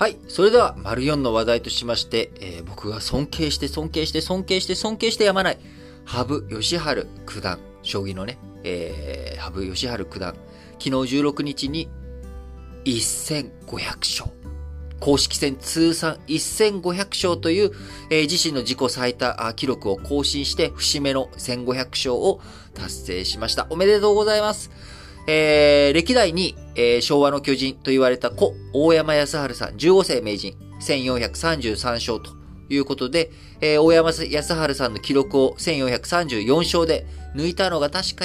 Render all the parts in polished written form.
はい。それでは、丸4の話題としまして、僕が尊敬してやまない、羽生善治九段、将棋のね、羽生善治九段、昨日16日に1500勝。公式戦通算1500勝という、自身の自己最多記録を更新して、節目の1500勝を達成しました。おめでとうございます。歴代に、昭和の巨人と言われた故大山康晴さん15世名人1433勝ということで、大山康晴さんの記録を1434勝で抜いたのが確か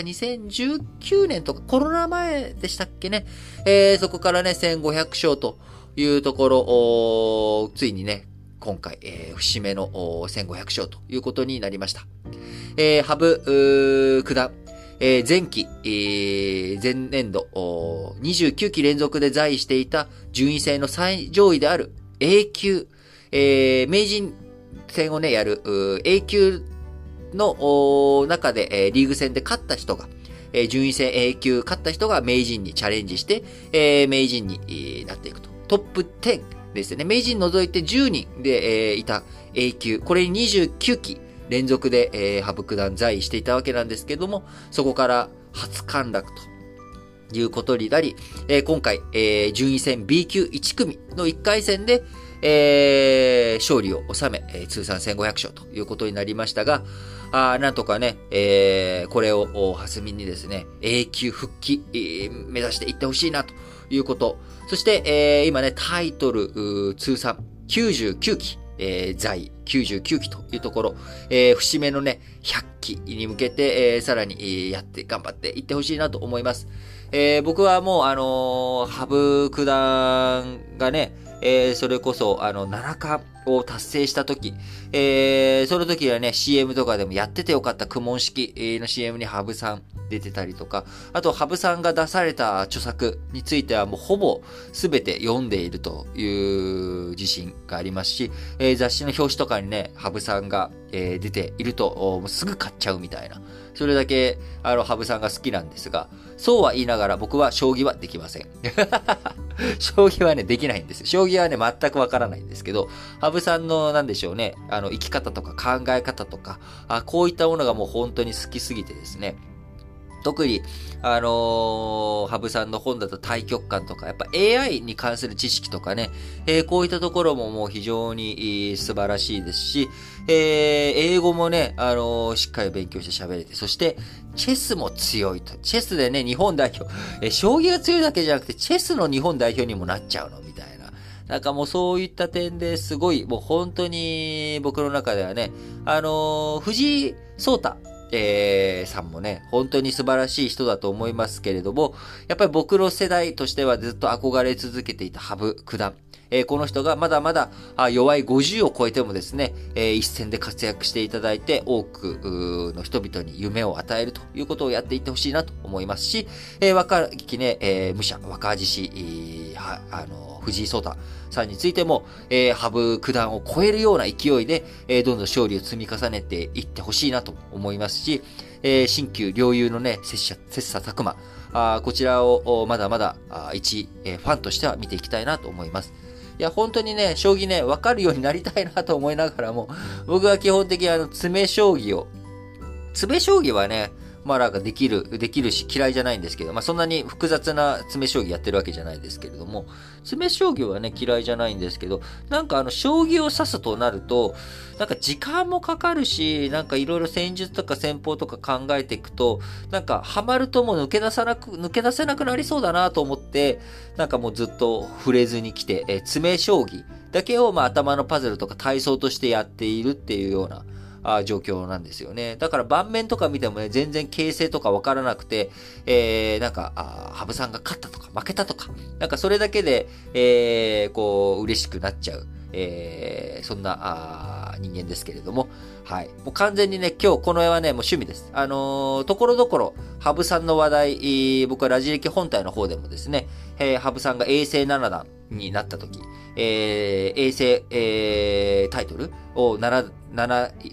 2019年とかコロナ前でしたっけね。そこからね1500勝というところ、ついにね今回、節目の1500勝ということになりました。羽生九段前期、前年度、29期連続で在位していた順位戦の最上位である A 級、名人戦をね、やる A 級の中で、リーグ戦で勝った人が、順位戦 A 級勝った人が名人にチャレンジして、名人になっていくと。トップ10ですね。名人除いて10人で、いた A 級。これに29期。連続で、羽生九段在位していたわけなんですけども、そこから初陥落ということになり、今回、順位戦 B 級1組の1回戦で、勝利を収め、通算1500勝ということになりましたが、なんとかね、これを弾みにですね、A 級復帰、目指していってほしいなということ。そして、今ね、タイトル通算99期、在位99期というところ、節目のね、100期に向けて、さらに、頑張っていってほしいなと思います。僕はもう、羽生九段がね、それこそ、七冠を達成した時、その時はね、CM とかでもやっててよかった苦悶式の CM に羽生さん出てたりとか、あと羽生さんが出された著作についてはもうほぼ全て読んでいるという自信がありますし、雑誌の表紙とかにね、羽生さんが、出ていると、もうすぐ買っちゃうみたいな。それだけ、羽生さんが好きなんですが、そうは言いながら僕は将棋はできません。将棋はね、できないんです。将棋はね、全くわからないんですけど、羽生さんの、なんでしょうね、生き方とか考え方とか、こういったものがもう本当に好きすぎてですね、特に、羽生さんの本だと対局観とか、やっぱ AI に関する知識とかね、こういったところももう非常に素晴らしいですし、英語もね、しっかり勉強して喋れて、そして、チェスも強いと。チェスでね、日本代表、将棋が強いだけじゃなくて、チェスの日本代表にもなっちゃうの、みたいな。なんかもうそういった点ですごい、もう本当に僕の中ではね、藤井聡太、さんもね、本当に素晴らしい人だと思いますけれども、やっぱり僕の世代としてはずっと憧れ続けていた羽生九段。この人がまだまだ弱い50を超えてもですね、一戦で活躍していただいて多くの人々に夢を与えるということをやっていってほしいなと思いますし、若きね、武者、若獅子、藤井聡太さんについても、羽生九段を超えるような勢いで、どんどん勝利を積み重ねていってほしいなと思いますし、新旧両雄のね、切磋琢磨、こちらをまだまだ一ファンとしては見ていきたいなと思います。いや、本当にね、将棋ね、わかるようになりたいなと思いながらも、僕は基本的に詰将棋はね、まあなんかできるし嫌いじゃないんですけど、まあそんなに複雑な詰将棋やってるわけじゃないですけれども、詰将棋はね、嫌いじゃないんですけど、なんか将棋を指すとなると、なんか時間もかかるし、なんかいろいろ戦術とか戦法とか考えていくと、なんかハマるともう抜け出せなくなりそうだなと思って、なんかもうずっと触れずに来て、詰将棋だけをまあ頭のパズルとか体操としてやっているっていうような、状況なんですよね。だから盤面とか見てもね、全然形勢とかわからなくて、なんか、羽生さんが勝ったとか負けたとか、なんかそれだけで、こう、嬉しくなっちゃう、そんな、人間ですけれども、はい。もう完全にね、今日この絵はね、もう趣味です。ところどころ、羽生さんの話題、僕はラジ歴本体の方でもですね、羽生さんが永世七段になった時、永世、タイトルを7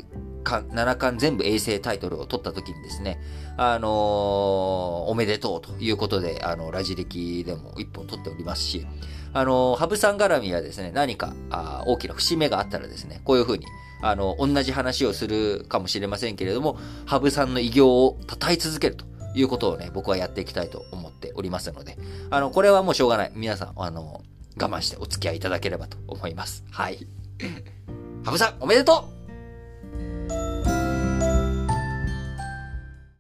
七冠全部永世タイトルを取った時にですね、おめでとうということで、ラジ歴でも一本取っておりますし、羽生さん絡みはですね、何か、大きな節目があったらですね、こういうふうに、同じ話をするかもしれませんけれども、羽生さんの偉業を称え続けるということをね、僕はやっていきたいと思っておりますので、これはもうしょうがない。皆さん、我慢してお付き合いいただければと思います。はい。羽生さん、おめでとう